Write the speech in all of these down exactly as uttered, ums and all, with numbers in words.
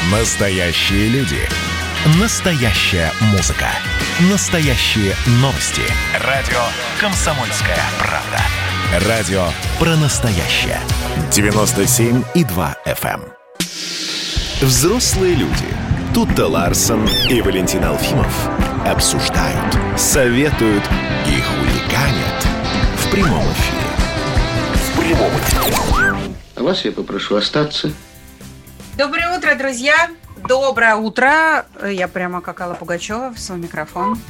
Настоящие люди. Настоящая музыка. Настоящие новости. Радио «Комсомольская правда». Радио про настоящее. девяносто семь и два эф эм. Взрослые люди. Тутта Ларсон и Валентин Алфимов обсуждают, советуют и хулиганят в прямом эфире. В прямом эфире. А вас я попрошу остаться. Доброе утро, друзья! Доброе утро! Я прямо как Алла Пугачева в свой микрофон.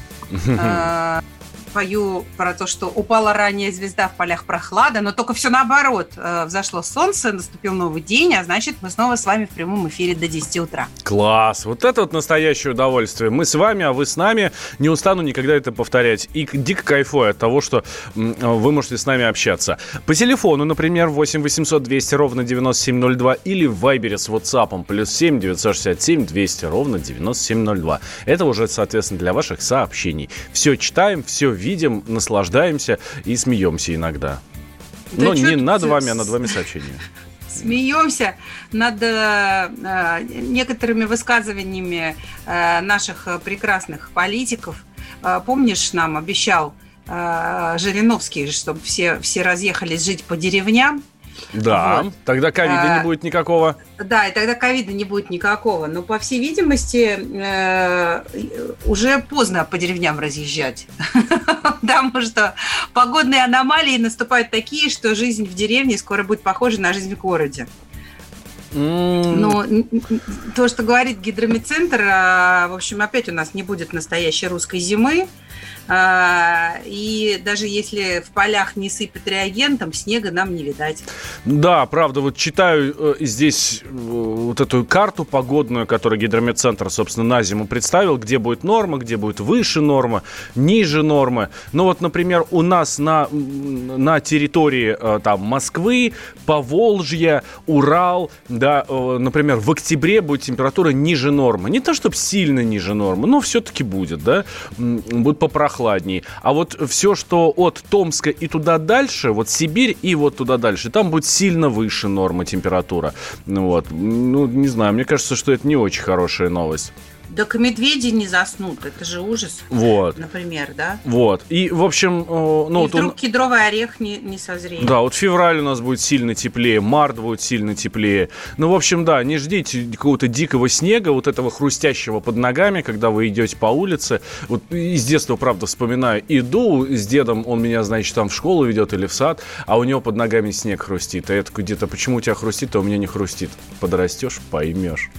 Пою про то, что упала ранняя звезда, в полях прохлада, но только все наоборот. Взошло солнце, наступил новый день, а значит, мы снова с вами в прямом эфире до десяти утра. Класс! Вот это вот настоящее удовольствие. Мы с вами, а вы с нами. Не устану никогда это повторять. И дико кайфую от того, что вы можете с нами общаться. По телефону, например, восемь восемьсот двести ровно девяносто семь ноль два или в Вайбере с WhatsApp плюс семь девятьсот шестьдесят семь двести ровно девяносто семь ноль два. Это уже, соответственно, для ваших сообщений. Все читаем, все видим, наслаждаемся и смеемся иногда. Да. Но не над вами, а над вами сообщениями. Смеемся над э, некоторыми высказываниями э, наших прекрасных политиков. Э, помнишь, нам обещал э, Жириновский, чтобы все, все разъехались жить по деревням? Да, вот. Тогда ковида а, не будет никакого. Да, и тогда ковида не будет никакого. Но, по всей видимости, э, уже поздно по деревням разъезжать. Потому что погодные аномалии наступают такие, что жизнь в деревне скоро будет похожа на жизнь в городе. Но то, что говорит гидрометцентр, в общем, опять у нас не будет настоящей русской зимы. И даже если в полях не сыпят реагентом, снега нам не видать. Да, правда, вот читаю э, здесь э, вот эту карту погодную, которую гидрометцентр, собственно, на зиму представил, где будет норма, где будет выше нормы, ниже нормы. Ну вот, например, у нас на, на территории э, там, Москвы, Поволжья, Урал, да, э, например, в октябре будет температура ниже нормы. Не то, чтобы сильно ниже нормы, но все-таки будет, да, будет попрохладнее. Хладнее. А вот все, что от Томска и туда дальше, вот Сибирь и вот туда дальше, там будет сильно выше нормы температура. Ну, вот. Ну, не знаю, мне кажется, что это не очень хорошая новость. Так и медведи не заснут, это же ужас. Вот. Например, да? Вот. И, в общем... Э, ну, и вдруг он... кедровый орех не, не созреет. Да, вот февраль у нас будет сильно теплее, март будет сильно теплее. Ну, в общем, да, не ждите какого-то дикого снега, вот этого хрустящего под ногами, когда вы идете по улице. Вот из детства, правда, вспоминаю, иду с дедом, он меня, значит, там в школу ведет или в сад, а у него под ногами снег хрустит. А я такой, где-то, почему у тебя хрустит, а у меня не хрустит? Подрастешь, поймешь.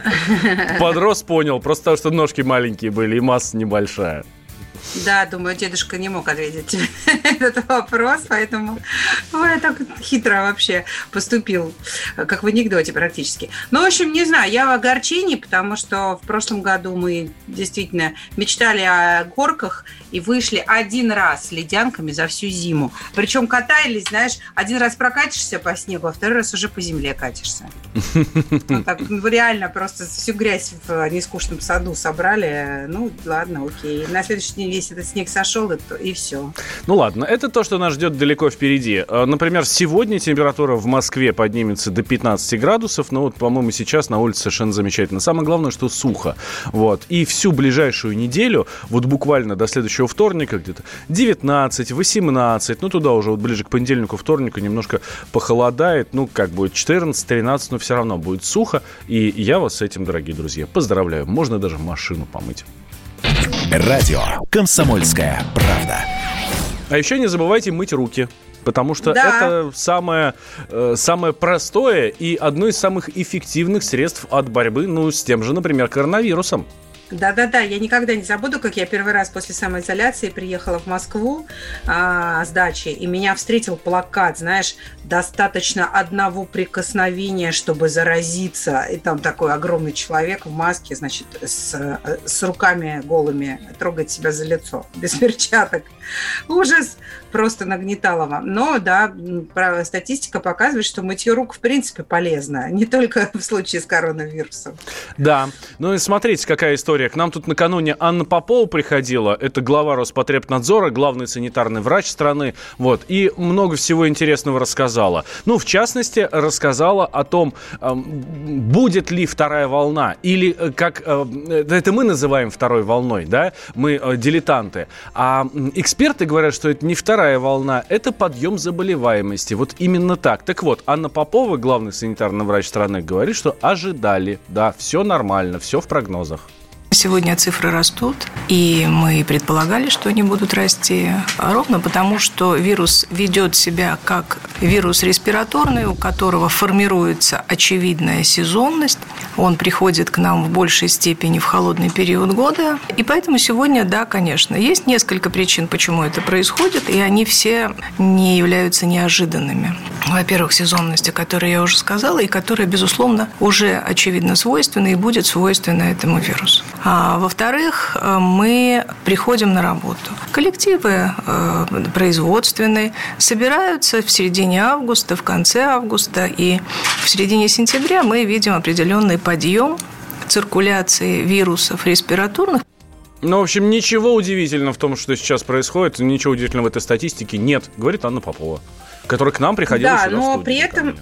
Подрос, понял, просто потому что ножки маленькие были и масса небольшая. Да, думаю, дедушка не мог ответить тебе этот вопрос, поэтому ой, так хитро вообще поступил, как в анекдоте практически. Ну, в общем, не знаю, я в огорчении, потому что в прошлом году мы действительно мечтали о горках и вышли один раз с ледянками за всю зиму. Причем катались, знаешь, один раз прокатишься по снегу, а второй раз уже по земле катишься. Вот так, ну, реально просто всю грязь в нескучном саду собрали. Ну, ладно, окей. На следующий день весь этот снег сошел, и, и все. Ну ладно, это то, что нас ждет далеко впереди. Например, сегодня температура в Москве поднимется до пятнадцати градусов, но вот, по-моему, сейчас на улице совершенно замечательно. Самое главное, что сухо. Вот. И всю ближайшую неделю, вот буквально до следующего вторника где-то, девятнадцать, восемнадцать, ну туда уже вот ближе к понедельнику, вторнику немножко похолодает, ну как будет, четырнадцать-тринадцать, но все равно будет сухо. И я вас с этим, дорогие друзья, поздравляю. Можно даже машину помыть. Радио «Комсомольская правда». А еще не забывайте мыть руки, потому что да. это самое, э, самое простое и одно из самых эффективных средств от борьбы, ну, с тем же, например, коронавирусом. Да-да-да, я никогда не забуду, как я первый раз после самоизоляции приехала в Москву а, с дачи, и меня встретил плакат, знаешь, достаточно одного прикосновения, чтобы заразиться. И там такой огромный человек в маске, значит, с, с руками голыми, трогает себя за лицо, без перчаток. Ужас просто нагнетало вам. Но, да, статистика показывает, что мытье рук, в принципе, полезно, не только в случае с коронавирусом. Да, ну и смотрите, какая история история. К нам тут накануне Анна Попова приходила. Это глава Роспотребнадзора, главный санитарный врач страны. Вот. И много всего интересного рассказала. Ну, в частности, рассказала о том, будет ли вторая волна. Или, как это мы называем второй волной, да? Мы дилетанты. А эксперты говорят, что это не вторая волна, это подъем заболеваемости. Вот именно так. Так вот, Анна Попова, главный санитарный врач страны, говорит, что ожидали. Да, все нормально, все в прогнозах. Сегодня цифры растут, и мы предполагали, что они будут расти ровно потому, что вирус ведет себя как вирус респираторный, у которого формируется очевидная сезонность. Он приходит к нам в большей степени в холодный период года. И поэтому сегодня, да, конечно, есть несколько причин, почему это происходит, и они все не являются неожиданными. Во-первых, сезонность, о которой я уже сказала, и которая, безусловно, уже очевидно свойственна и будет свойственна этому вирусу. А во-вторых, мы приходим на работу. Коллективы э, производственные собираются в середине августа, в конце августа, и в середине сентября мы видим определенный подъем циркуляции вирусов респираторных. Ну, в общем, ничего удивительного в том, что сейчас происходит, ничего удивительного в этой статистике нет, говорит Анна Попова, которая к нам приходила да, сюда но в студию. При этом...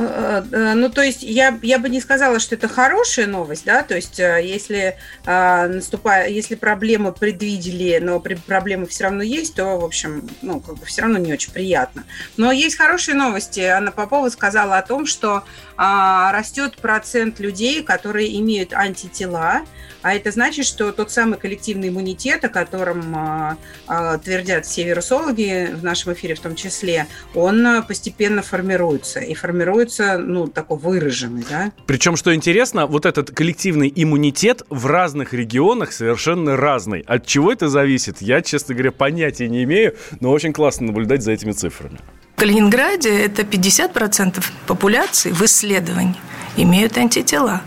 Ну, то есть я, я бы не сказала, что это хорошая новость, да, то есть если э, наступает, если проблемы предвидели, но проблемы все равно есть, то, в общем, ну, как бы все равно не очень приятно. Но есть хорошие новости. Анна Попова сказала о том, что э, растет процент людей, которые имеют антитела, а это значит, что тот самый коллективный иммунитет, о котором э, э, твердят все вирусологи в нашем эфире в том числе, он постепенно формируется, и формируется ну, такой выраженный, да. Причем, что интересно, вот этот коллективный иммунитет в разных регионах совершенно разный. От чего это зависит, я, честно говоря, понятия не имею, но очень классно наблюдать за этими цифрами. В Калининграде это пятьдесят процентов популяции в исследовании имеют антитела.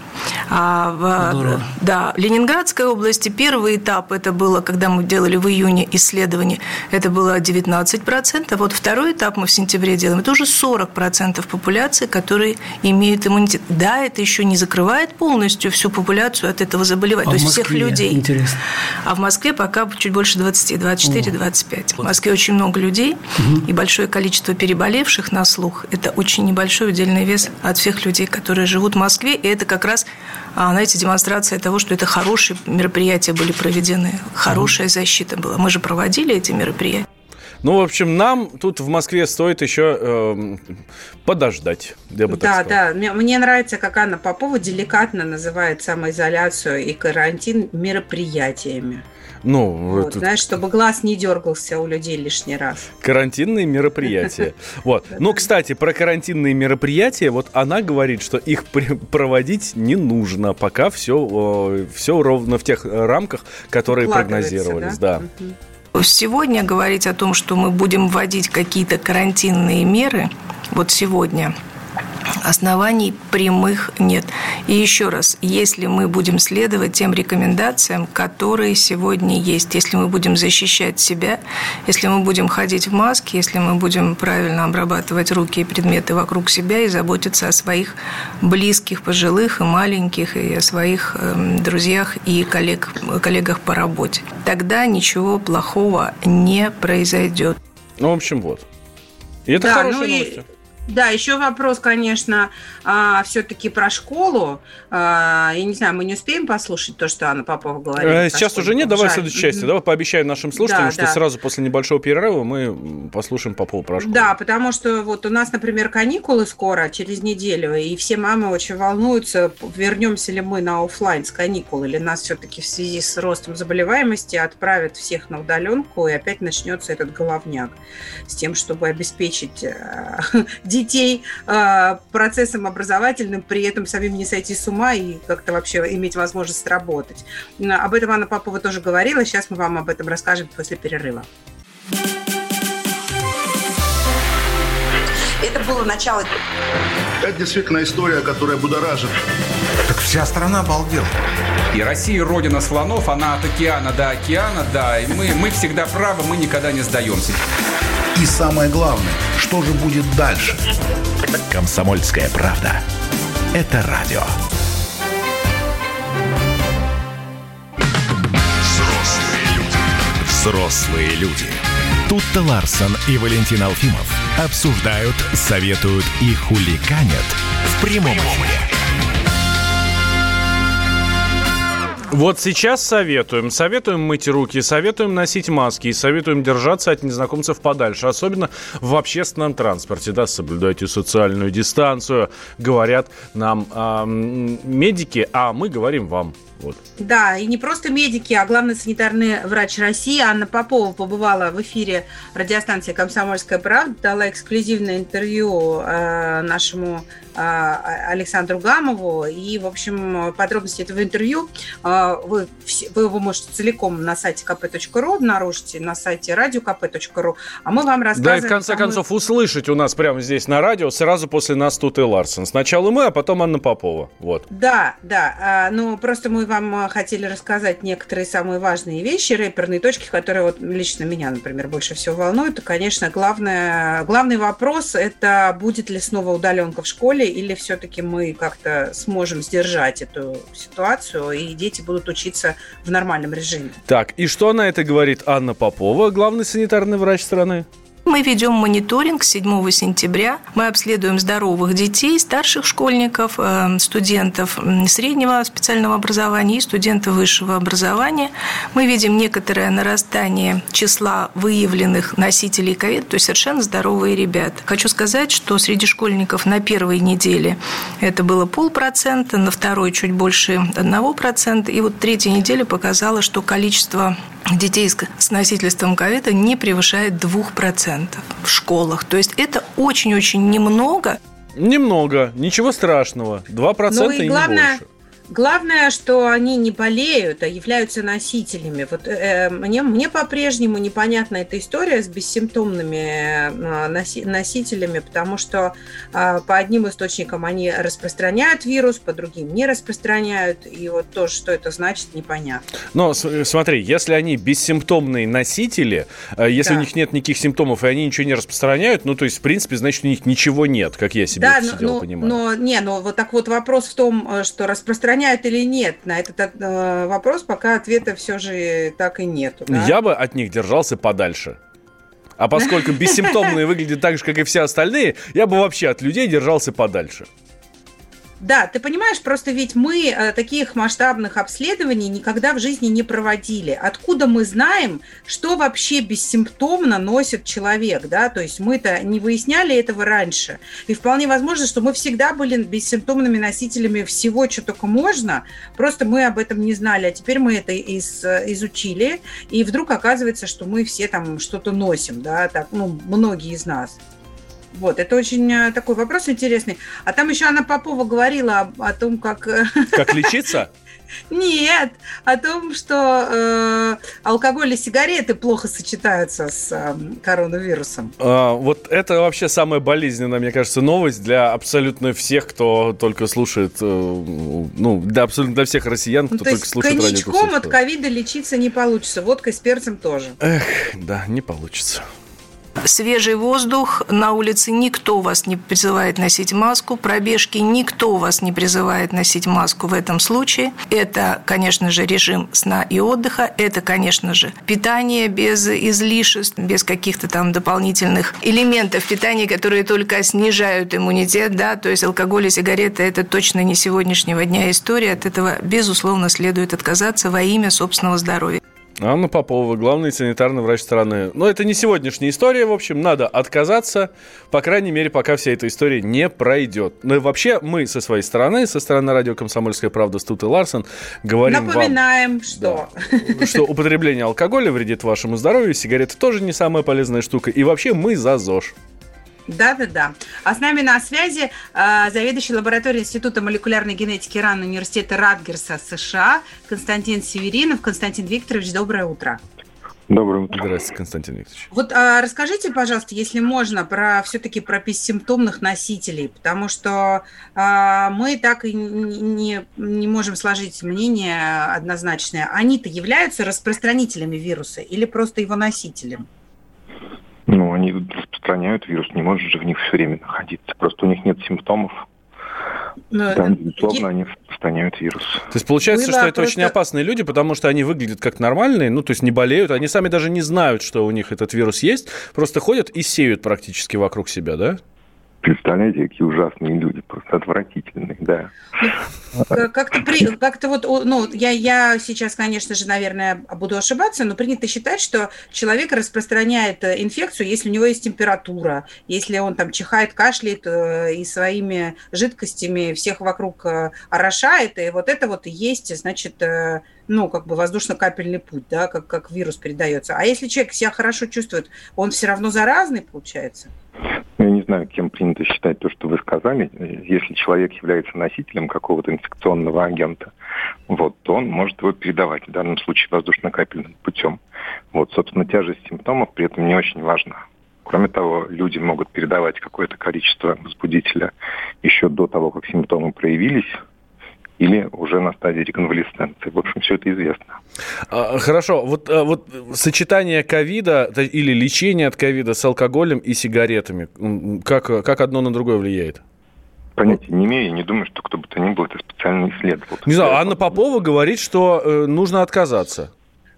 А в да, Ленинградской области первый этап, это было, когда мы делали в июне исследование, это было девятнадцать процентов. Вот второй этап мы в сентябре делаем, это уже сорок процентов популяции, которые имеют иммунитет. Да, это еще не закрывает полностью всю популяцию от этого заболевания, а то есть всех людей. Интересно. А в Москве пока чуть больше двадцать, двадцать четыре - двадцать пять. В Москве очень много людей, угу. и большое количество переболевших на слух. Это очень небольшой удельный вес от всех людей, которые живут в Москве, и это как раз, знаете, демонстрация того, что это хорошие мероприятия были проведены, хорошая защита была. Мы же проводили эти мероприятия. Ну, в общем, нам тут в Москве стоит еще э, подождать. Я бы да, так сказал. Да. Мне нравится, как Анна Попова деликатно называет самоизоляцию и карантин мероприятиями. Ну, вот, это... знаешь, чтобы глаз не дергался у людей лишний раз. Карантинные мероприятия. Вот. Ну, кстати, про карантинные мероприятия, вот она говорит, что их проводить не нужно, пока все, все ровно в тех рамках, которые прогнозировались. Да? Да. Сегодня говорить о том, что мы будем вводить какие-то карантинные меры, вот сегодня оснований прямых нет. И еще раз, если мы будем следовать тем рекомендациям, которые сегодня есть, если мы будем защищать себя, если мы будем ходить в маске, если мы будем правильно обрабатывать руки и предметы вокруг себя и заботиться о своих близких, пожилых и маленьких, и о своих э, друзьях и коллег, коллегах по работе, тогда ничего плохого не произойдет. Ну, в общем, вот. И это да, хорошая ну новость. И... Да, еще вопрос, конечно, все-таки про школу. Я не знаю, мы не успеем послушать то, что Анна Попова говорила? Сейчас уже нет, давай в следующей части. Mm-hmm. Давай пообещаем нашим слушателям, да, что да. сразу после небольшого перерыва мы послушаем Попову про школу. Да, потому что вот у нас, например, каникулы скоро, через неделю, и все мамы очень волнуются, вернемся ли мы на офлайн с каникул, или нас все-таки в связи с ростом заболеваемости отправят всех на удаленку, и опять начнется этот головняк с тем, чтобы обеспечить детей э, процессом образовательным, при этом самим не сойти с ума и как-то вообще иметь возможность работать. Об этом Анна Попова тоже говорила. Сейчас мы вам об этом расскажем после перерыва. Это было начало. Это действительно история, которая будоражит. Так вся страна обалдела. И Россия родина слонов, она от океана до океана, да. И мы, мы всегда правы, мы никогда не сдаемся. И самое главное, что же будет дальше? «Комсомольская правда». Это радио. Взрослые люди. Тутта Ларсон и Валентин Алфимов обсуждают, советуют и хулиганят в прямом эфире. Вот сейчас советуем. Советуем мыть руки, советуем носить маски и советуем держаться от незнакомцев подальше. Особенно в общественном транспорте. Да, соблюдайте социальную дистанцию. Говорят нам э, медики, а мы говорим вам. Вот. Да, и не просто медики, а главный санитарный врач России Анна Попова побывала в эфире радиостанции «Комсомольская правда», дала эксклюзивное интервью э, нашему э, Александру Гамову. И, в общем, подробности этого интервью э, вы, вы его можете целиком на сайте ка пэ точка ру обнаружить, на сайте радио ка пэ точка ру. А мы вам рассказываем... Да, и в конце концов услышать у нас прямо здесь на радио сразу после нас Тутты Ларсон. Сначала мы, а потом Анна Попова. Вот. Да, да. Э, ну, просто мы вам хотели рассказать некоторые самые важные вещи, рэперные точки, которые вот лично меня, например, больше всего волнуют. И, конечно, главное, главный вопрос – это будет ли снова удаленка в школе, или все-таки мы как-то сможем сдержать эту ситуацию, и дети будут учиться в нормальном режиме. Так, и что на это говорит Анна Попова, главный санитарный врач страны? Мы ведем мониторинг с седьмого сентября. Мы обследуем здоровых детей, старших школьников, студентов среднего специального образования и студентов высшего образования. Мы видим некоторое нарастание числа выявленных носителей ковида, то есть совершенно здоровые ребята. Хочу сказать, что среди школьников на первой неделе это было полпроцента, на второй чуть больше одного процента, и вот третья неделя показала, что количество детей с носительством ковида не превышает двух процентов в школах. То есть это очень-очень немного. Немного, ничего страшного. два процента ну и, и главное, не больше. Главное, что они не болеют, а являются носителями. Вот, э, мне, мне по-прежнему непонятна эта история с бессимптомными э, носи, носителями, потому что э, по одним источникам они распространяют вирус, по другим не распространяют. И вот то, что это значит, непонятно. Но смотри, если они бессимптомные носители, э, если да. у них нет никаких симптомов, и они ничего не распространяют, ну, то есть, в принципе, значит, у них ничего нет, как я себе да, это сидел, но, понимаю. Но, не, но вот так вот вопрос в том, что распространяют или нет, на этот э, вопрос пока ответа все же так и нету. Да? Я бы от них держался подальше. А поскольку бессимптомные выглядят так же, как и все остальные, я бы вообще от людей держался подальше. Да, ты понимаешь, просто ведь мы э, таких масштабных обследований никогда в жизни не проводили. Откуда мы знаем, что вообще бессимптомно носит человек, да? То есть мы-то не выясняли этого раньше. И вполне возможно, что мы всегда были бессимптомными носителями всего, что только можно, просто мы об этом не знали. А теперь мы это из, изучили, и вдруг оказывается, что мы все там что-то носим, да, так, ну, многие из нас. Вот, это очень такой вопрос интересный. А там еще Анна Попова говорила о, о том, как... Как лечиться? Нет, о том, что э, алкоголь и сигареты плохо сочетаются с э, коронавирусом. А, вот это вообще самая болезненная, мне кажется, новость для абсолютно всех, кто только слушает, э, ну, для абсолютно для всех россиян, кто ну, только слушает радио. Коньячком от ковида лечиться не получится, водкой с перцем тоже. Эх, да, не получится. Свежий воздух, на улице никто вас не призывает носить маску, пробежки никто вас не призывает носить маску в этом случае. Это, конечно же, режим сна и отдыха, это, конечно же, питание без излишеств, без каких-то там дополнительных элементов питания, которые только снижают иммунитет, да, то есть алкоголь и сигареты – это точно не сегодняшнего дня история, от этого, безусловно, следует отказаться во имя собственного здоровья. Анна Попова, главный санитарный врач страны. Но это не сегодняшняя история, в общем, надо отказаться, по крайней мере, пока вся эта история не пройдет. Но и вообще мы со своей стороны, со стороны радио «Комсомольская правда» с Туттой Ларсон, говорим Напоминаем, вам, что... Да, что употребление алкоголя вредит вашему здоровью, сигареты тоже не самая полезная штука, и вообще мы за ЗОЖ. Да-да-да. А с нами на связи э, заведующий лабораторией Института молекулярной генетики РАН Университета Ратгерса США Константин Северинов. Константин Викторович, доброе утро. Доброе утро. Здравствуйте, Константин Викторович. Вот э, расскажите, пожалуйста, если можно, про все-таки про бессимптомных носителей, потому что э, мы так и не, не можем сложить мнение однозначное. Они-то являются распространителями вируса или просто его носителем? Ну, они распространяют вирус, не может же в них все время находиться. Просто у них нет симптомов. Но... Там, безусловно, они распространяют вирус. То есть получается, Было что это просто... очень опасные люди, потому что они выглядят как нормальные, ну, то есть не болеют, они сами даже не знают, что у них этот вирус есть, просто ходят и сеют практически вокруг себя, да? Представляете, какие ужасные люди, просто отвратительные, да. Как-то, при, как-то вот, ну, я, я сейчас, конечно же, наверное, буду ошибаться, но принято считать, что человек распространяет инфекцию, если у него есть температура, если он там чихает, кашляет и своими жидкостями всех вокруг орошает, и вот это вот и есть, значит, ну, как бы воздушно-капельный путь, да, как, как вирус передается. А если человек себя хорошо чувствует, он все равно заразный, получается? Я не знаю, кем принято считать то, что вы сказали. Если человек является носителем какого-то инфекционного агента, вот, то он может его передавать, в данном случае воздушно-капельным путем. Вот, собственно, тяжесть симптомов при этом не очень важна. Кроме того, люди могут передавать какое-то количество возбудителя еще до того, как симптомы проявились, или уже на стадии реконвалесценции. В общем, все это известно. Хорошо. Вот, вот сочетание ковида или лечение от ковида с алкоголем и сигаретами, как, как одно на другое влияет? Понятия не имею, я не думаю, что кто бы то ни был это специально исследовал. Не знаю, Анна Попова говорит, что э, нужно отказаться.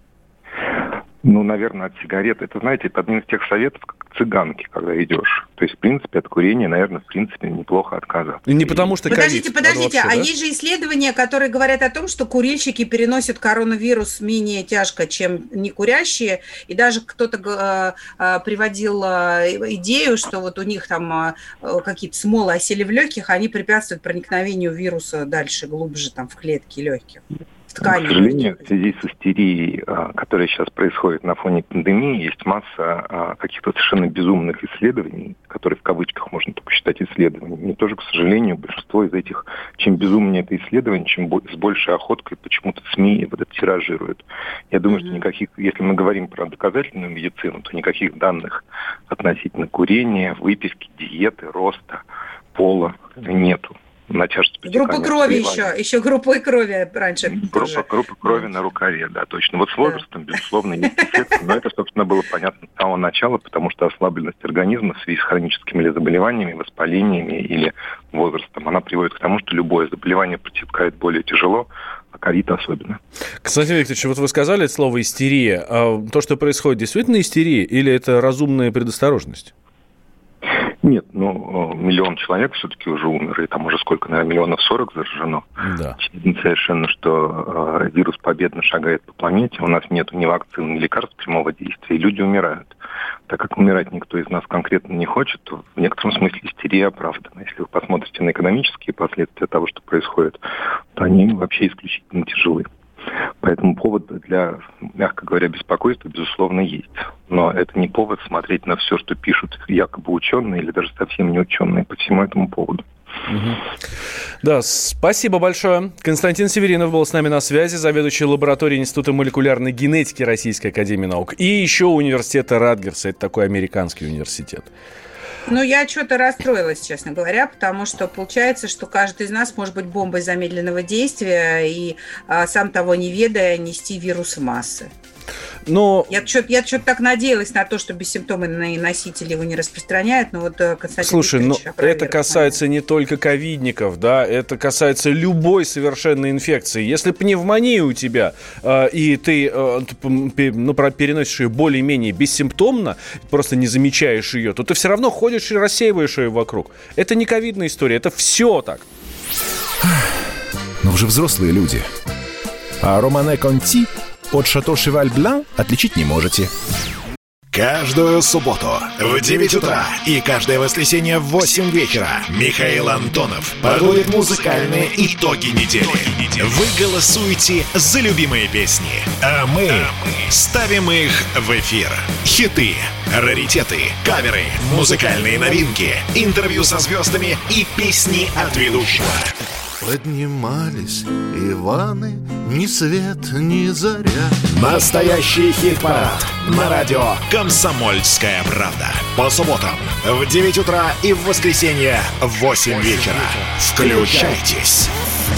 Ну, наверное, от сигарет. Это, знаете, это один из тех советов, как цыганки, когда идешь. То есть, в принципе, от курения, наверное, в принципе, неплохо отказаться. И не потому что Подождите, ковид, подождите, вообще, а да? есть же исследования, которые говорят о том, что курильщики переносят коронавирус менее тяжко, чем некурящие. И даже кто-то э, приводил э, идею, что вот у них там э, какие-то смолы осели в легких, они препятствуют проникновению вируса дальше, глубже там в клетки легких. Ткани. К сожалению, в связи с истерией, которая сейчас происходит на фоне пандемии, есть масса каких-то совершенно безумных исследований, которые в кавычках можно только считать исследованиями. И тоже, к сожалению, большинство из этих, чем безумнее это исследование, чем с большей охоткой почему-то СМИ вот это тиражируют. Я думаю, mm-hmm. что никаких, если мы говорим про доказательную медицину, то никаких данных относительно курения, выписки, диеты, роста, пола нету. На группа крови еще, еще группой крови раньше. Группа, группа крови на рукаве, да, точно. Вот с возрастом, да. безусловно, есть эффект, но это, собственно, было понятно с самого начала, потому что ослабленность организма в связи с хроническими или заболеваниями, воспалениями или возрастом, она приводит к тому, что любое заболевание протекает более тяжело, а ковид особенно. Константин Викторович, вот вы сказали слово «истерия». А то, что происходит, действительно истерия или это разумная предосторожность? Нет, ну, миллион человек все-таки уже умер, и там уже сколько, наверное, миллионов сорок заражено. Да. Очевидно совершенно, что э, вирус победно шагает по планете, у нас нет ни вакцин, ни лекарств прямого действия, и люди умирают. Так как умирать никто из нас конкретно не хочет, то в некотором смысле истерия оправдана. Если вы посмотрите на экономические последствия того, что происходит, то они вообще исключительно тяжелы. Поэтому повод для, мягко говоря, беспокойства, безусловно, есть. Но это не повод смотреть на все, что пишут якобы ученые или даже совсем не ученые по всему этому поводу. Угу. Да, спасибо большое. Константин Северинов был с нами на связи, заведующий лабораторией Института молекулярной генетики Российской академии наук. И еще университета Ратгерса, это такой американский университет. Ну, я что-то расстроилась, честно говоря, потому что получается, что каждый из нас может быть бомбой замедленного действия и, а, сам того не ведая, нести вирус в массы. Но... Я что-то, я что-то так надеялась на то, что бессимптомные носители его не распространяют, но вот Константин Слушай, ну это касается не только ковидников, да, это касается любой совершенно инфекции. Если пневмония у тебя, э, и ты э, ну, переносишь ее более-менее бессимптомно, просто не замечаешь ее, то ты все равно ходишь и рассеиваешь ее вокруг. Это не ковидная история, это все так. Но уже взрослые люди. А Романе Конти от Шато Шеваль Блан отличить не можете. Каждую субботу в девять утра и каждое воскресенье в восемь вечера Михаил Антонов подводит музыкальные итоги недели. Вы голосуете за любимые песни, а мы ставим их в эфир. Хиты, раритеты, каверы, музыкальные новинки, интервью со звездами и песни от ведущего. Поднимались Иваны, ни свет, ни заря. Настоящий хит-парад на радио «Комсомольская правда». По субботам в девять утра и в воскресенье в восемь вечера. Включайтесь.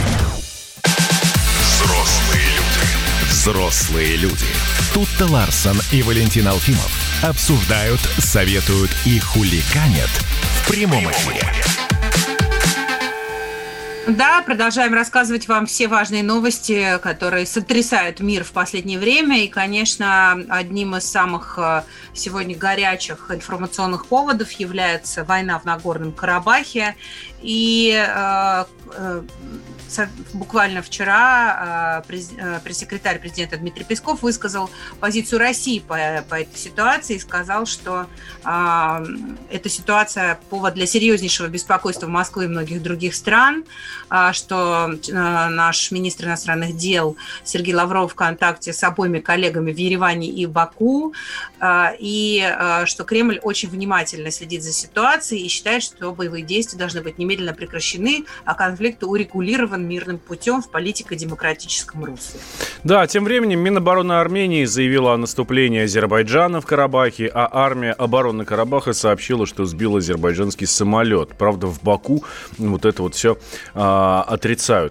Взрослые люди. Взрослые люди. Тут-то Ларсон и Валентин Алфимов обсуждают, советуют и хулиганят в прямом эфире. Да, продолжаем рассказывать вам все важные новости, которые сотрясают мир в последнее время. И, конечно, одним из самых сегодня горячих информационных поводов является война в Нагорном Карабахе. И э, э, буквально вчера э, пресс-секретарь президента Дмитрий Песков высказал позицию России по, по этой ситуации и сказал, что э, эта ситуация повод для серьезнейшего беспокойства Москвы и многих других стран, э, что э, наш министр иностранных дел Сергей Лавров в контакте с обоими коллегами в Ереване и Баку, э, и э, что Кремль очень внимательно следит за ситуацией и считает, что боевые действия должны быть немедленно прекращены, а конфликт урегулирован мирным путем в политико-демократическом русле. Да, тем временем Минобороны Армении заявила о наступлении Азербайджана в Карабахе, а армия обороны Карабаха сообщила, что сбил азербайджанский самолет. Правда, в Баку вот это вот все а, отрицают.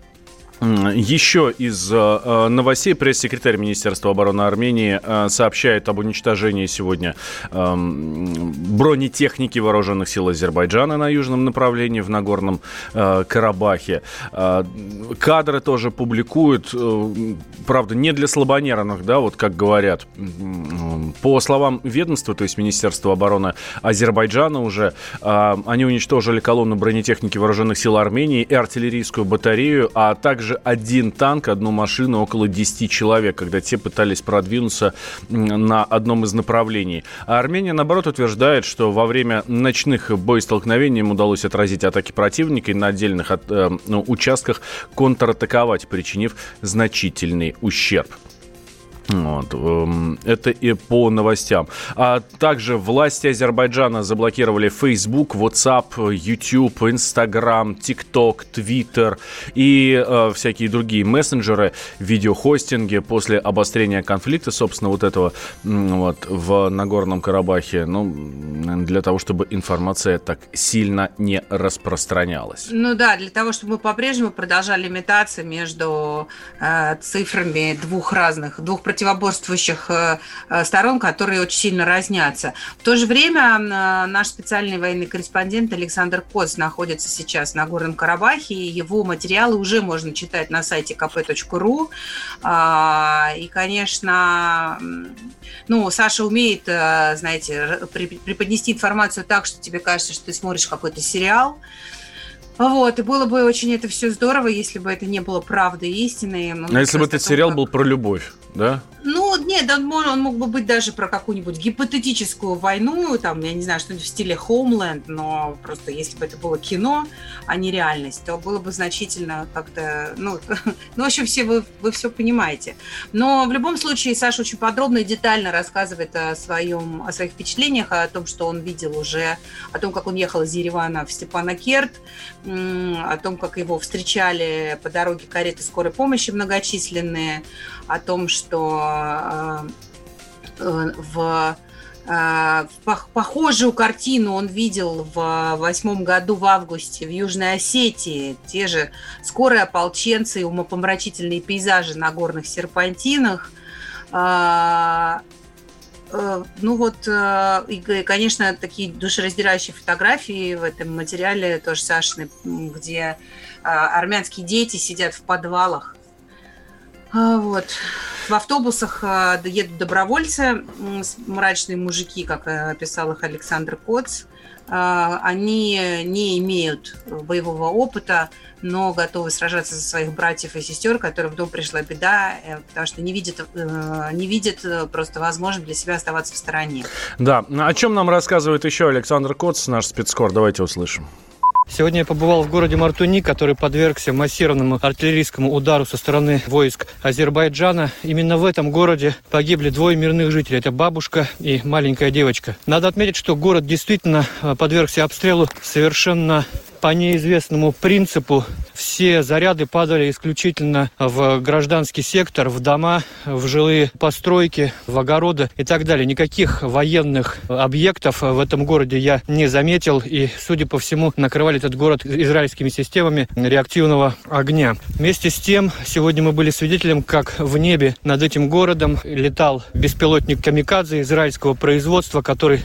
Еще из э, новостей пресс-секретарь Министерства обороны Армении э, сообщает об уничтожении сегодня э, бронетехники вооруженных сил Азербайджана на южном направлении в Нагорном э, Карабахе. Э, кадры тоже публикуют, э, правда, не для слабонервных, да, вот как говорят. По словам ведомства, то есть Министерства обороны Азербайджана уже, э, они уничтожили колонну бронетехники вооруженных сил Армении и артиллерийскую батарею, а также один танк, одну машину, около десяти человек, когда те пытались продвинуться на одном из направлений. А Армения, наоборот, утверждает, что во время ночных боестолкновений им удалось отразить атаки противника и на отдельных от, э, ну, участках контратаковать, причинив значительный ущерб. Вот. Это и по новостям. А также власти Азербайджана заблокировали Facebook, WhatsApp, YouTube, Instagram, TikTok, Twitter и э, всякие другие мессенджеры, видеохостинги после обострения конфликта, собственно, вот этого вот, в Нагорном Карабахе, ну, для того, чтобы информация так сильно не распространялась. Ну да, для того, чтобы мы по-прежнему продолжали метаться между э, цифрами двух разных, двух противоположных противоборствующих сторон, которые очень сильно разнятся. В то же время наш специальный военный корреспондент Александр Коц находится сейчас в Нагорном Карабахе, и его материалы уже можно читать на сайте ка пэ точка ру. И, конечно, ну, Саша умеет, знаете, преподнести информацию так, что тебе кажется, что ты смотришь какой-то сериал. Вот, и было бы очень это все здорово, если бы это не было правдой и истиной. А если бы этот сериал как... был про любовь, да? Ну, нет, он, он мог бы быть даже про какую-нибудь гипотетическую войну, там, я не знаю, что-нибудь в стиле Homeland, но просто если бы это было кино, а не реальность, то было бы значительно как-то, ну, ну в общем, все вы, вы все понимаете. Но в любом случае Саша очень подробно и детально рассказывает о, своем, о своих впечатлениях, о том, что он видел уже, о том, как он ехал из Еревана в Степанакерт, о том, как его встречали по дороге кареты скорой помощи многочисленные, о том, что в, в похожую картину он видел в восьмом году в августе в Южной Осетии. Те же скорые ополченцы и умопомрачительные пейзажи на горных серпантинах. Ну вот, и, конечно, такие душераздирающие фотографии в этом материале, тоже Сашины, где армянские дети сидят в подвалах. Вот. В автобусах едут добровольцы, мрачные мужики, как описал их Александр Коц. Они не имеют боевого опыта, но готовы сражаться за своих братьев и сестер, которым в дом пришла беда, потому что не видят, не видят просто возможность для себя оставаться в стороне. Да, о чем нам рассказывает еще Александр Коц, наш спецкор, давайте услышим. Сегодня я побывал в городе Мартуни, который подвергся массированному артиллерийскому удару со стороны войск Азербайджана. Именно в этом городе погибли двое мирных жителей. Это бабушка и маленькая девочка. Надо отметить, что город действительно подвергся обстрелу совершенно по неизвестному принципу. Все заряды падали исключительно в гражданский сектор, в дома, в жилые постройки, в огороды и так далее. Никаких военных объектов в этом городе я не заметил. И, судя по всему, накрывали этот город израильскими системами реактивного огня. Вместе с тем, сегодня мы были свидетелем, как в небе над этим городом летал беспилотник «Камикадзе» израильского производства, который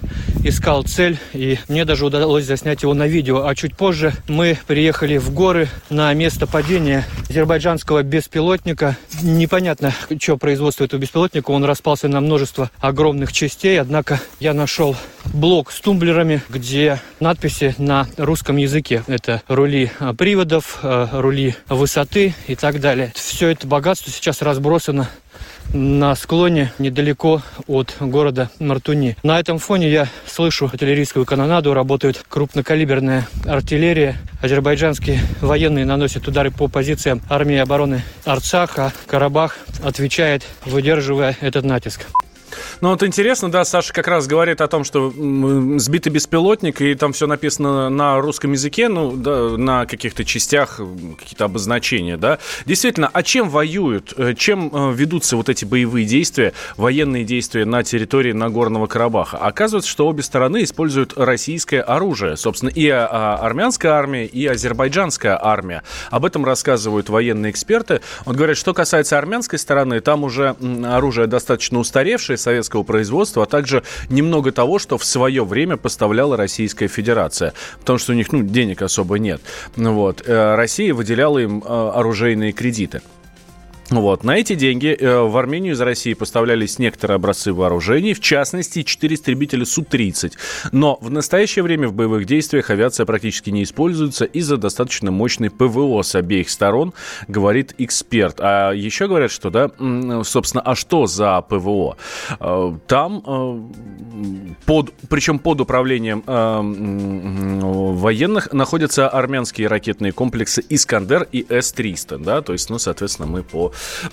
искал цель, и мне даже удалось заснять его на видео. А чуть позже мы приехали в горы на место падения азербайджанского беспилотника. Непонятно, что производство этого беспилотника. Он распался на множество огромных частей, однако я нашел блок с тумблерами, где надписи на русском языке. Это рули приводов, рули высоты и так далее. Все это богатство сейчас разбросано на склоне недалеко от города Мартуни. На этом фоне я слышу артиллерийскую канонаду, работает крупнокалиберная артиллерия. Азербайджанские военные наносят удары по позициям армии обороны Арцаха. Карабах отвечает, выдерживая этот натиск. Ну вот интересно, да, Саша как раз говорит о том, что сбитый беспилотник, и там все написано на русском языке, ну, да, на каких-то частях, какие-то обозначения, да. Действительно, а чем воюют, чем ведутся вот эти боевые действия, военные действия на территории Нагорного Карабаха? Оказывается, что обе стороны используют российское оружие, собственно, и армянская армия, и азербайджанская армия. Об этом рассказывают военные эксперты. Он говорит, что касается армянской стороны, там уже оружие достаточно устаревшее, советского производства, а также немного того, что в свое время поставляла Российская Федерация, потому что у них, ну, денег особо нет. Вот. Россия выделяла им оружейные кредиты. Вот. На эти деньги в Армению из России поставлялись некоторые образцы вооружений, в частности, четыре истребителя Су тридцать. Но в настоящее время в боевых действиях авиация практически не используется из-за достаточно мощной ПВО с обеих сторон, говорит эксперт. А еще говорят, что, да, собственно, а что за ПВО? Там, под, причем под управлением военных, находятся армянские ракетные комплексы «Искандер» и С триста. Да? То есть, ну, соответственно, мы по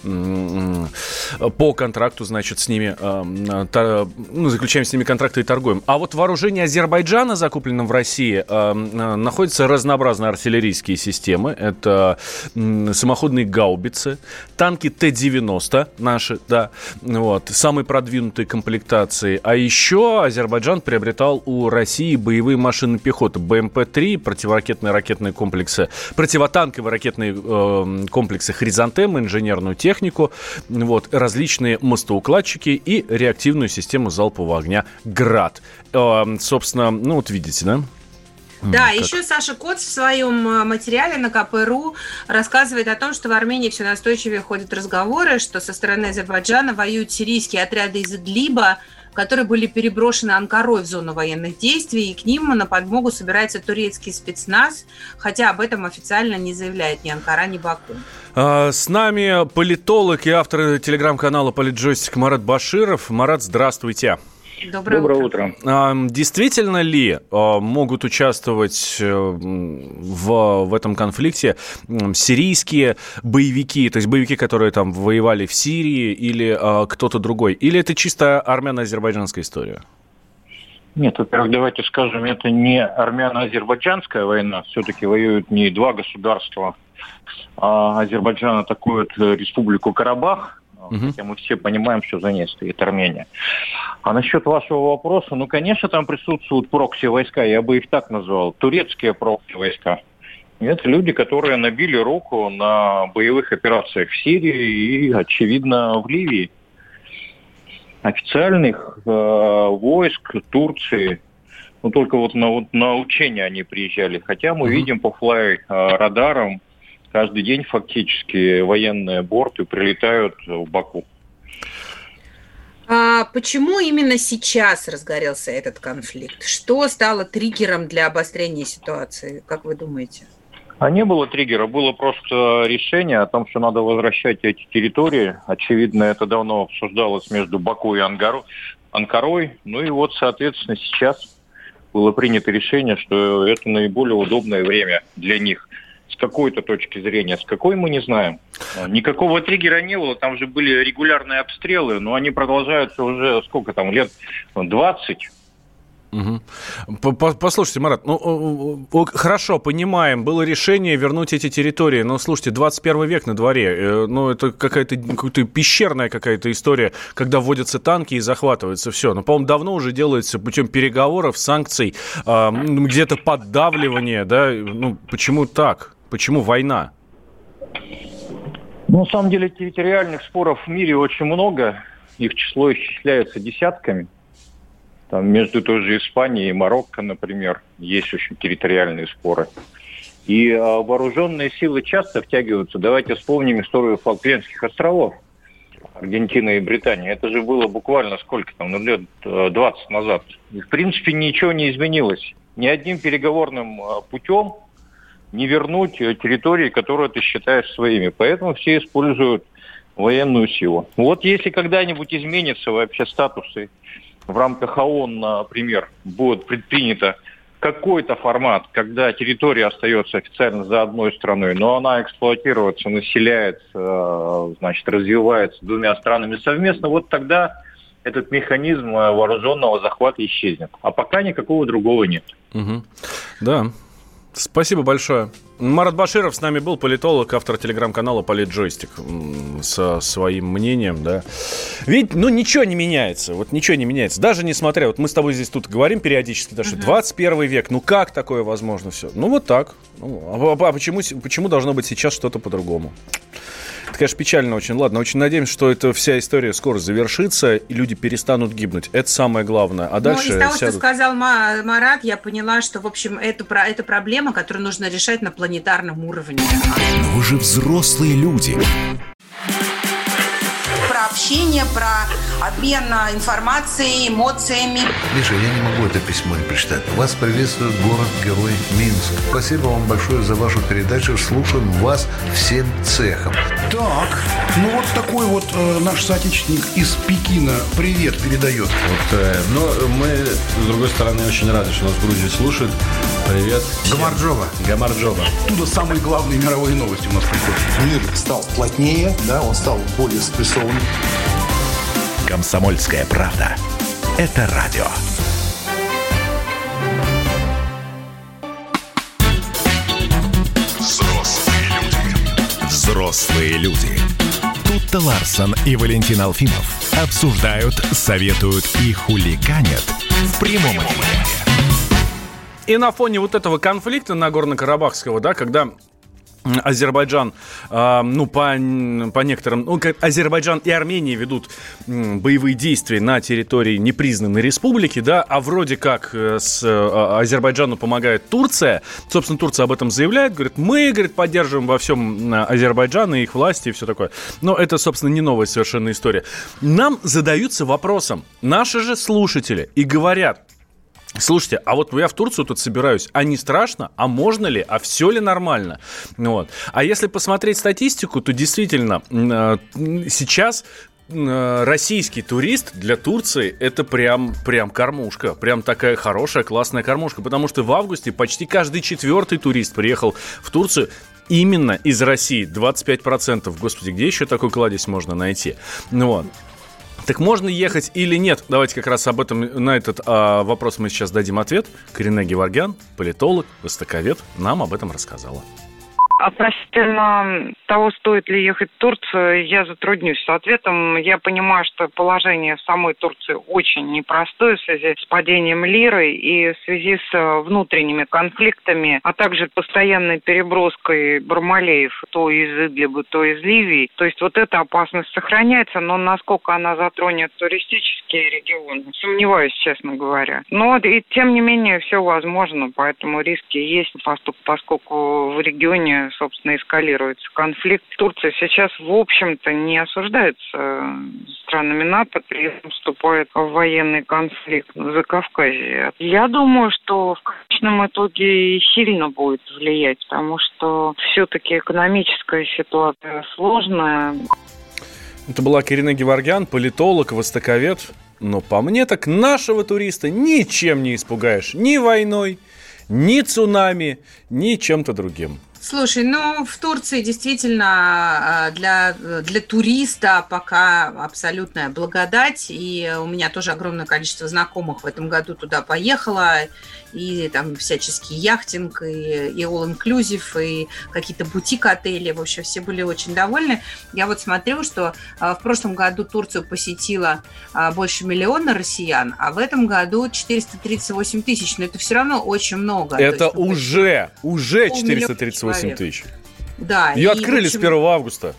по контракту, значит, с ними, ну, заключаем с ними контракты и торгуем. А вот в вооружении Азербайджана, закупленном в России, находятся разнообразные артиллерийские системы. Это самоходные гаубицы, танки Т девяносто наши, да, вот, самые продвинутые комплектации. А еще Азербайджан приобретал у России боевые машины пехоты Б М П три, противоракетные ракетные комплексы, противотанковые ракетные э, комплексы «Хризантем», инженерную технику, вот, различные мостоукладчики и реактивную систему залпового огня «Град». Э, собственно, ну вот видите, да? Да, как? Еще Саша Коц в своем материале на ка пэ точка ру рассказывает о том, что в Армении все настойчивее ходят разговоры, что со стороны Азербайджана воюют сирийские отряды из Идлиба, которые были переброшены Анкарой в зону военных действий, и к ним на подмогу собирается турецкий спецназ, хотя об этом официально не заявляет ни Анкара, ни Баку. С нами политолог и автор телеграм-канала «Политджойстик» Марат Баширов. Марат, здравствуйте. Доброе, Доброе утро. утро. Действительно ли могут участвовать в, в этом конфликте сирийские боевики, то есть боевики, которые там воевали в Сирии, или кто-то другой? Или это чисто армяно-азербайджанская история? Нет, во-первых, давайте скажем, это не армяно-азербайджанская война. Все-таки воюют не два государства. А Азербайджан атакует Республику Карабах. Хотя мы все понимаем, что за ней стоит Армения. А насчет вашего вопроса, ну, конечно, там присутствуют прокси-войска, я бы их так назвал, турецкие прокси-войска. Это люди, которые набили руку на боевых операциях в Сирии и, очевидно, в Ливии. Официальных э, войск Турции, ну, только вот на, вот на учения они приезжали. Хотя мы mm-hmm. видим по флай-радарам, каждый день фактически военные борты прилетают в Баку. А почему именно сейчас разгорелся этот конфликт? Что стало триггером для обострения ситуации, как вы думаете? А не было триггера, было просто решение о том, что надо возвращать эти территории. Очевидно, это давно обсуждалось между Баку и Ангару, Анкарой. Ну и вот, соответственно, сейчас было принято решение, что это наиболее удобное время для них. С какой-то точки зрения, с какой мы не знаем. Никакого триггера не было, там же были регулярные обстрелы, но они продолжаются уже сколько там, лет двадцать. Угу. Послушайте, Марат, ну хорошо, понимаем, было решение вернуть эти территории, но слушайте, двадцать первый век на дворе, ну это какая-то, какая-то пещерная какая-то история, когда вводятся танки и захватывается все. Ну, по-моему, давно уже делается путем переговоров, санкций, где-то поддавливания, да, ну почему так? Почему война? Ну, на самом деле, территориальных споров в мире очень много. Их число исчисляется десятками. Там между той же Испанией и Марокко, например, есть очень территориальные споры. И а, вооруженные силы часто втягиваются. Давайте вспомним историю Фолклендских островов, Аргентина и Британия. Это же было буквально сколько там, ну, лет двадцать назад. И, в принципе, ничего не изменилось. Ни одним переговорным путем не вернуть территории, которые ты считаешь своими. Поэтому все используют военную силу. Вот если когда-нибудь изменятся вообще статусы в рамках ООН, например, будет предпринято какой-то формат, когда территория остается официально за одной страной, но она эксплуатируется, населяется, значит, развивается двумя странами совместно, вот тогда этот механизм вооруженного захвата исчезнет. А пока никакого другого нет. Угу. Да. Спасибо большое. Марат Баширов с нами был, политолог, автор телеграм-канала «Политджойстик», со своим мнением, да. Ведь, ну, ничего не меняется, вот ничего не меняется. Даже несмотря, вот мы с тобой здесь тут говорим периодически, да, что двадцать первый век, ну, как такое возможно все? Ну, вот так. Ну, а, а почему, почему должно быть сейчас что-то по-другому? Это, конечно, печально очень. Ладно, очень надеемся, что эта вся история скоро завершится, и люди перестанут гибнуть. Это самое главное. А дальше ну, из того, сядут... что сказал Марат, я поняла, что, в общем, это, это проблема, которую нужно решать на планетарном уровне. Но вы же взрослые люди. Про общение, про обмен информацией, эмоциями. Миша, я не могу это письмо не прочитать. Вас приветствует город-герой Минск. Спасибо вам большое за вашу передачу. Слушаем вас всем цехом. Так, ну вот такой вот э, наш соотечественник из Пекина привет передает. Вот, э, но мы, с другой стороны, очень рады, что нас в Грузии слушают. Привет. Гамарджоба. Гамарджоба. Оттуда самые главные мировые новости у нас приходят. Мир стал плотнее, да, он стал более спрессованным. «Комсомольская правда». Это радио. Взрослые люди. Взрослые люди. Тут-то Ларсон и Валентин Алфимов обсуждают, советуют и хулиганят в прямом эфире. И на фоне вот этого конфликта Нагорно-Карабахского, да, когда Азербайджан, э, ну, по, по некоторым... Ну, как Азербайджан и Армения ведут э, боевые действия на территории непризнанной республики, да, а вроде как э, с э, Азербайджану помогает Турция. Собственно, Турция об этом заявляет, говорит, мы, говорит, поддерживаем во всем Азербайджан и их власти и все такое. Но это, собственно, не новая совершенно история. Нам задаются вопросом наши же слушатели и говорят: слушайте, а вот я в Турцию тут собираюсь, а не страшно? А можно ли? А все ли нормально? Вот. А если посмотреть статистику, то действительно сейчас российский турист для Турции это прям, прям кормушка. Прям такая хорошая, классная кормушка. Потому что в августе почти каждый четвертый турист приехал в Турцию именно из России. двадцать пять процентов. Господи, где еще такой кладезь можно найти? Ну вот. Так можно ехать или нет? Давайте как раз об этом, на этот а, вопрос мы сейчас дадим ответ. Каринэ Геворгян, политолог, востоковед, нам об этом рассказала. Относительно того, стоит ли ехать в Турцию, я затруднюсь с ответом. Я понимаю, что положение в самой Турции очень непростое в связи с падением лиры и в связи с внутренними конфликтами, а также постоянной переброской бармалеев то из Идлиба, то из Ливии. То есть вот эта опасность сохраняется, но насколько она затронет туристические регионы, сомневаюсь, честно говоря. Но и тем не менее все возможно, поэтому риски есть, поскольку в регионе собственно, эскалируется конфликт. Турция сейчас, в общем-то, не осуждается странами НАТО, при этом вступает в военный конфликт в Закавказье. Я думаю, что в конечном итоге сильно будет влиять, потому что все-таки экономическая ситуация сложная. Это была Каринэ Геворгян, политолог, востоковед. Но по мне так нашего туриста ничем не испугаешь. Ни войной, ни цунами, ни чем-то другим. Слушай, ну, в Турции действительно для, для туриста пока абсолютная благодать, и у меня тоже огромное количество знакомых в этом году туда поехало, и там всяческий яхтинг, и, и all-inclusive, и какие-то бутик-отели, в общем, все были очень довольны. Я вот смотрю, что в прошлом году Турцию посетило больше миллиона россиян, а в этом году четыреста тридцать восемь тысяч, но это все равно очень много. Это есть, уже, уже четыреста тридцать восемь тысяч. Да. Ее открыли общем, с первого августа.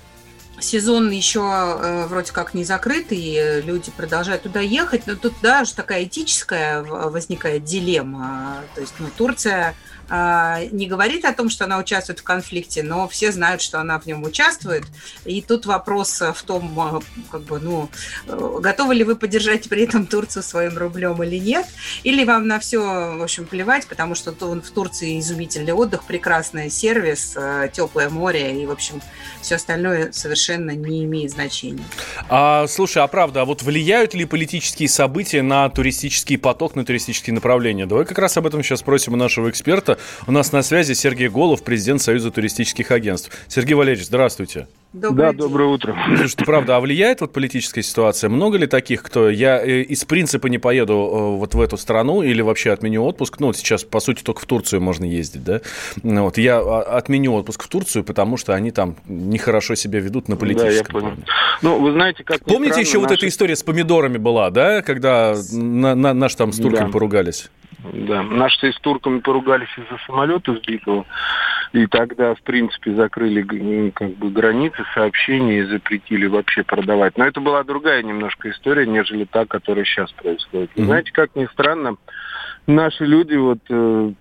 сезон еще э, вроде как не закрыт, и люди продолжают туда ехать, но тут даже такая этическая возникает дилемма. То есть, ну, Турция э, не говорит о том, что она участвует в конфликте, но все знают, что она в нем участвует. И тут вопрос в том, как бы, ну, готовы ли вы поддержать при этом Турцию своим рублем или нет, или вам на все, в общем, плевать, потому что в Турции изумительный отдых, прекрасный сервис, э, теплое море, и, в общем, все остальное совершенно не имеет значения. А, слушай, а правда, а вот влияют ли политические события на туристический поток, на туристические направления? Давай как раз об этом сейчас спросим у нашего эксперта. У нас на связи Сергей Голов, президент Союза туристических агентств. Сергей Валерьевич, здравствуйте. Добрый да, день. Доброе утро. Слушайте, правда, а влияет вот политическая ситуация? Много ли таких, кто я из принципа не поеду вот в эту страну или вообще отменю отпуск? Ну, вот сейчас, по сути, только в Турцию можно ездить, да? Вот я отменю отпуск в Турцию, потому что они там нехорошо себя ведут на политическом. Да, я понял. Ну, вы знаете, как... Помните, странно, еще наши... вот эта история с помидорами была, да? Когда на, на, наши там с турками да. поругались. Да, наши с турками поругались из-за самолета сбитого, и тогда, в принципе, закрыли как бы границы, сообщения и запретили вообще продавать. Но это была другая немножко история, нежели та, которая сейчас происходит. Mm-hmm. Знаете, как ни странно, наши люди вот э,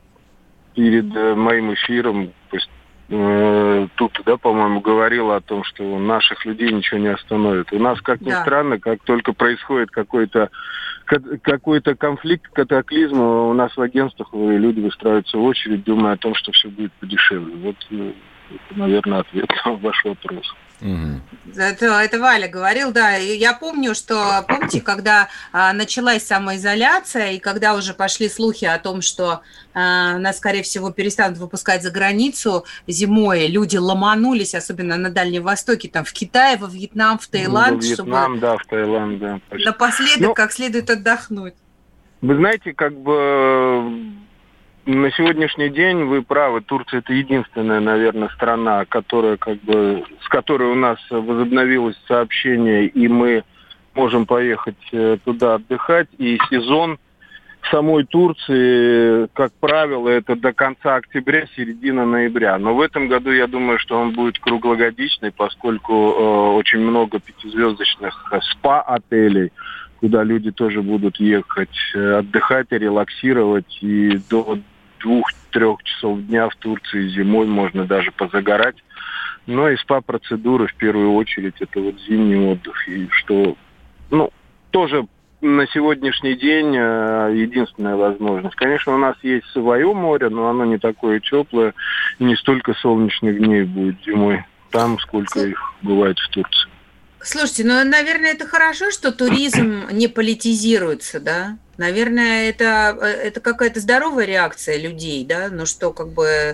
перед э, моим эфиром, то есть, э, тут, да, по-моему, говорила о том, что наших людей ничего не остановит. У нас, как ни да. странно, как только происходит какой-то какой-то конфликт, катаклизм, у нас в агентствах люди выстраиваются в очередь, думая о том, что все будет подешевле. Вот, это, наверное, ответ на ваш вопрос. Угу. Это, это Валя говорил, да. Я помню, что, помните, когда а, началась самоизоляция, и когда уже пошли слухи о том, что а, нас, скорее всего, перестанут выпускать за границу зимой, люди ломанулись, особенно на Дальнем Востоке, там в Китай, во Вьетнам, в Таиланд, во Вьетнам, чтобы да, в Таиланд, да. Почти. Напоследок ну, как следует отдохнуть. Вы знаете, как бы... На сегодняшний день вы правы, Турция это единственная, наверное, страна, которая как бы с которой у нас возобновилось сообщение, и мы можем поехать туда отдыхать. И сезон в самой Турции, как правило, это до конца октября, середина ноября. Но в этом году я думаю, что он будет круглогодичный, поскольку э, очень много пятизвездочных спа-отелей, куда люди тоже будут ехать отдыхать и релаксировать, и до двух-трех часов дня в Турции зимой можно даже позагорать. Но и спа-процедуры в первую очередь это вот зимний отдых. И что, ну, тоже на сегодняшний день единственная возможность. Конечно, у нас есть свое море, но оно не такое теплое, и не столько солнечных дней будет зимой там, сколько их бывает в Турции. Слушайте, ну, наверное, это хорошо, что туризм не политизируется, да? Наверное, это, это какая-то здоровая реакция людей, да? Ну, что, как бы, э,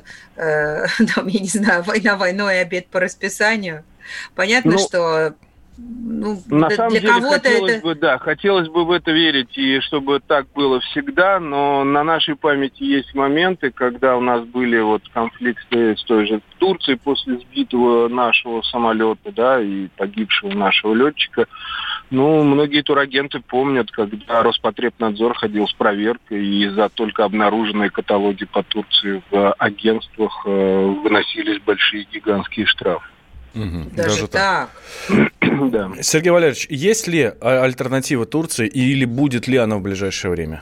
там, я не знаю, война войной, обед по расписанию. Понятно, ну, что... Ну, на для самом деле хотелось это... бы, да, хотелось бы в это верить, и чтобы так было всегда, но на нашей памяти есть моменты, когда у нас были вот конфликты с той же Турцией после сбитого нашего самолета, да, и погибшего нашего летчика. Ну, многие турагенты помнят, когда Роспотребнадзор ходил с проверкой, и за только обнаруженные каталоги по Турции в агентствах э, выносились большие гигантские штрафы. Угу, даже, даже так. так. Да. Сергей Валерьевич, есть ли альтернатива Турции или будет ли она в ближайшее время?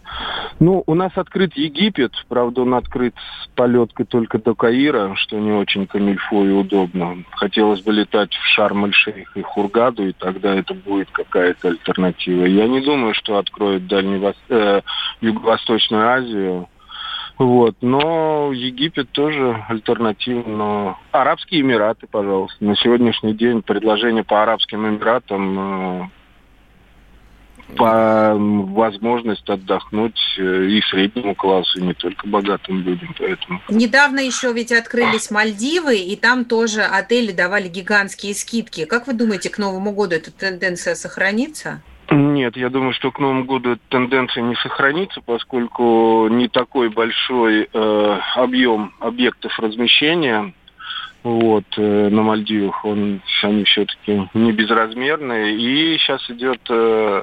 Ну, у нас открыт Египет, правда, он открыт с полеткой только до Каира, что не очень камильфо и удобно. Хотелось бы летать в Шарм-эль-Шейх и Хургаду, и тогда это будет какая-то альтернатива. Я не думаю, что откроют Дальнево... э, Юго-Восточную Азию. Вот, но Египет тоже альтернатива, но Арабские Эмираты, пожалуйста. На сегодняшний день предложение по Арабским Эмиратам, по возможность отдохнуть и среднему классу, и не только богатым людям, поэтому... Недавно еще ведь открылись Мальдивы, и там тоже отели давали гигантские скидки. Как вы думаете, к Новому году эта тенденция сохранится? Нет, я думаю, что к Новому году эта тенденция не сохранится, поскольку не такой большой э, объем объектов размещения вот, э, на Мальдивах, он, они все-таки не безразмерные. И сейчас идет э,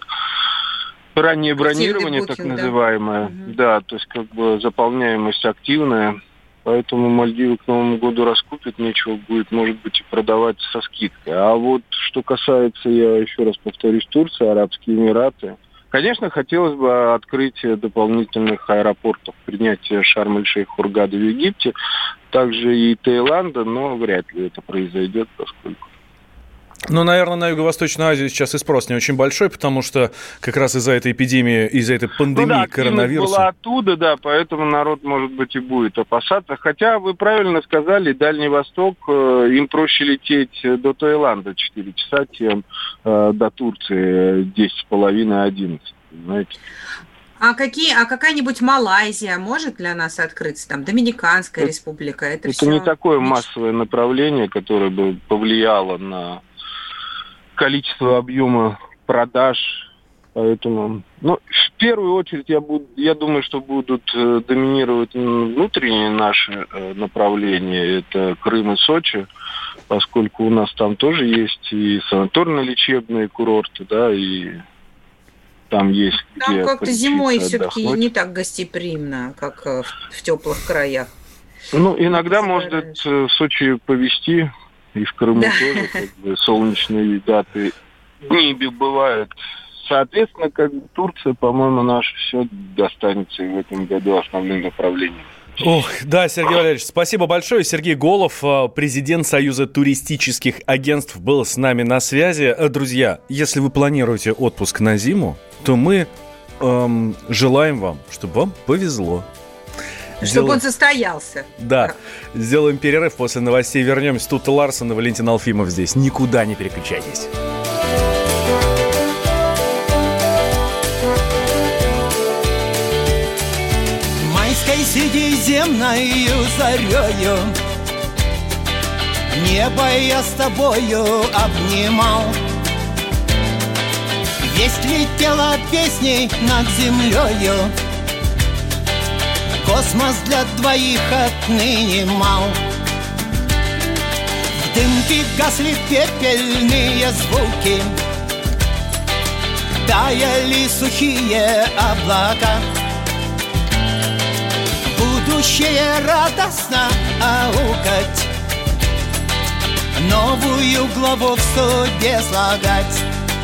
раннее бронирование, букинг, так называемое. Да? Угу. Да, то есть как бы заполняемость активная. Поэтому Мальдивы к Новому году раскупят, нечего будет, может быть, и продавать со скидкой. А вот что касается, я еще раз повторюсь, Турции, Арабские Эмираты, конечно, хотелось бы открытия дополнительных аэропортов, принятия Шарм-эль-Шейх, Хургады в Египте, также и Таиланда, но вряд ли это произойдет, поскольку... Ну, наверное, на Юго-Восточную Азию сейчас и спрос не очень большой, потому что как раз из-за этой эпидемии, из-за этой пандемии ну, да, коронавируса... была оттуда, да, поэтому народ, может быть, и будет опасаться. Хотя вы правильно сказали, Дальний Восток, э, им проще лететь до Таиланда четыре часа, чем э, до Турции десять с половиной - одиннадцать, знаете. А, какие, а какая-нибудь Малайзия может для нас открыться? Там Доминиканская это, республика? Это, это не такое массовое направление, которое бы повлияло на... количество объема продаж, поэтому, ну, в первую очередь я буду, я думаю, что будут э, доминировать внутренние наши э, направления, это Крым и Сочи, поскольку у нас там тоже есть и санаторно-лечебные курорты, да, и там есть там где как-то зимой все-таки не так гостеприимно, как в, в теплых краях. Ну, иногда может в Сочи повезти. И в Крыму да. тоже как бы, солнечные даты дни бывают. Соответственно, как бы Турция, по-моему, наше все достанется и в этом году основным направлением. Ох, да, Сергей Валерьевич, спасибо большое. Сергей Голов, президент Союза туристических агентств, был с нами на связи. Друзья, если вы планируете отпуск на зиму, то мы эм, желаем вам, чтобы вам повезло. Чтобы Сделаем... он состоялся. Да. Сделаем перерыв, после новостей вернемся. Тут Ларсон и Валентин Алфимов здесь. Никуда не переключайтесь. Майской средиземною зарею небо я с тобою обнимал. Весть летела песней над землею. Космос для двоих отныне мал. В дымке гасли пепельные звуки, таяли сухие облака. Будущее радостно аукать, новую главу в судьбе слагать.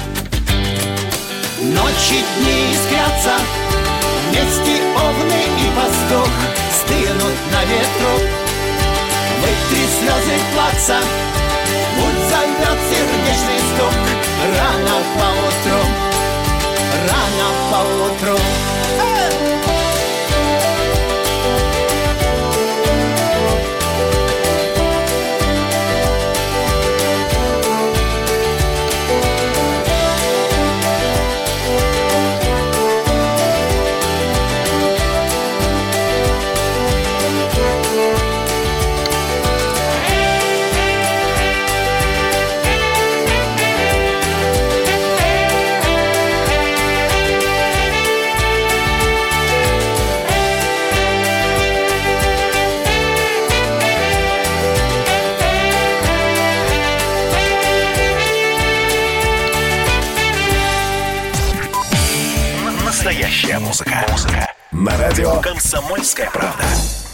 Ночи, дни искрятся, вместе овны и пастух стынут на ветру. Вытри слезы плаца, путь зовет сердечный стук. Рано поутру, рано поутру. Настоящая музыка. Музыка. На радио «Комсомольская правда».